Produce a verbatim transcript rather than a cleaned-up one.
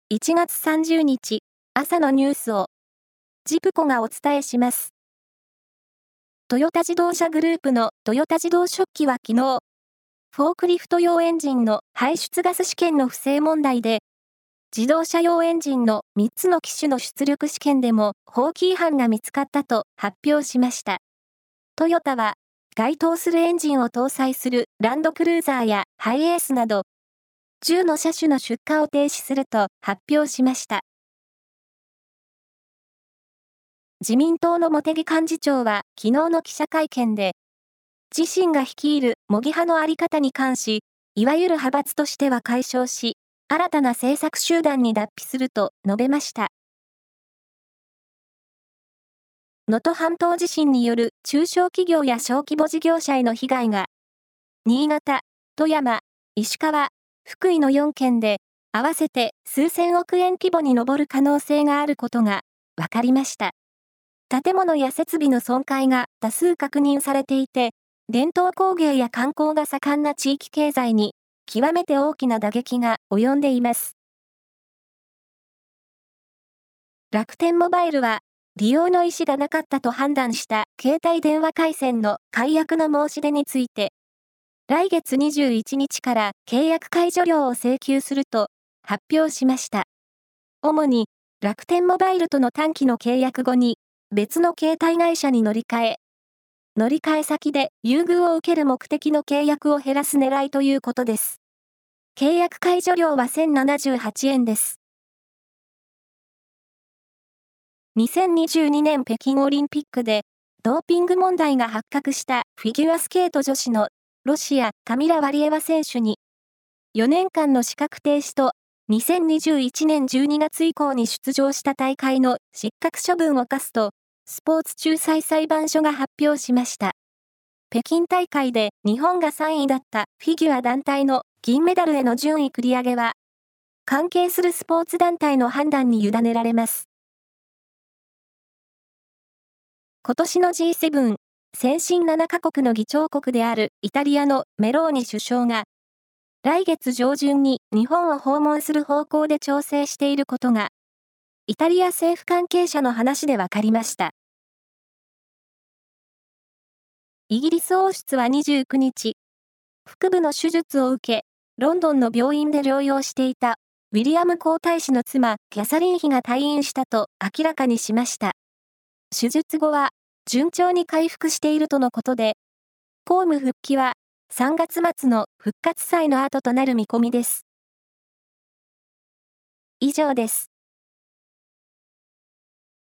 いちがつさんじゅうにち、朝のニュースを、ジプコがお伝えします。トヨタ自動車グループのトヨタ自動食器は昨日、フォークリフト用エンジンの排出ガス試験の不正問題で、自動車用エンジンのみっつの機種の出力試験でも法規違反が見つかったと発表しました。トヨタは、該当するエンジンを搭載するランドクルーザーやハイエースなど、じゅうの車種の出荷を停止すると発表しました。自民党の茂木幹事長は昨日の記者会見で、自身が率いる茂木派のあり方に関し、いわゆる派閥としては解消し、新たな政策集団に脱皮すると述べました。能登半島地震による中小企業や小規模事業者への被害が、新潟、富山、石川、福井のよんけんで、合わせて数千億円規模に上る可能性があることが分かりました。建物や設備の損壊が多数確認されていて、伝統工芸や観光が盛んな地域経済に極めて大きな打撃が及んでいます。楽天モバイルは、利用の意思がなかったと判断した携帯電話回線の解約の申し出について、来月にじゅういちにちから契約解除料を請求すると発表しました。主に楽天モバイルとの短期の契約後に別の携帯会社に乗り換え、乗り換え先で優遇を受ける目的の契約を減らす狙いということです。契約解除料はせんななじゅうはちえんです。にせんにじゅうにねん北京オリンピックでドーピング問題が発覚したフィギュアスケート女子のロシア、カミラ・ワリエワ選手によねんかんの資格停止とにせんにじゅういちねんじゅうにがつ以降に出場した大会の失格処分を課すと、スポーツ仲裁裁判所が発表しました。北京大会で日本がさんいだったフィギュア団体の銀メダルへの順位繰り上げは、関係するスポーツ団体の判断に委ねられます。今年の ジーセブン、先進ななかこくの議長国であるイタリアのメローニ首相が、来月上旬に日本を訪問する方向で調整していることが、イタリア政府関係者の話で分かりました。イギリス王室はにじゅうくにち、腹部の手術を受け、ロンドンの病院で療養していた、ウィリアム皇太子の妻、キャサリン妃が退院したと明らかにしました。手術後は、順調に回復しているとのことで、公務復帰は、さんがつまつの復活祭の後となる見込みです。以上です。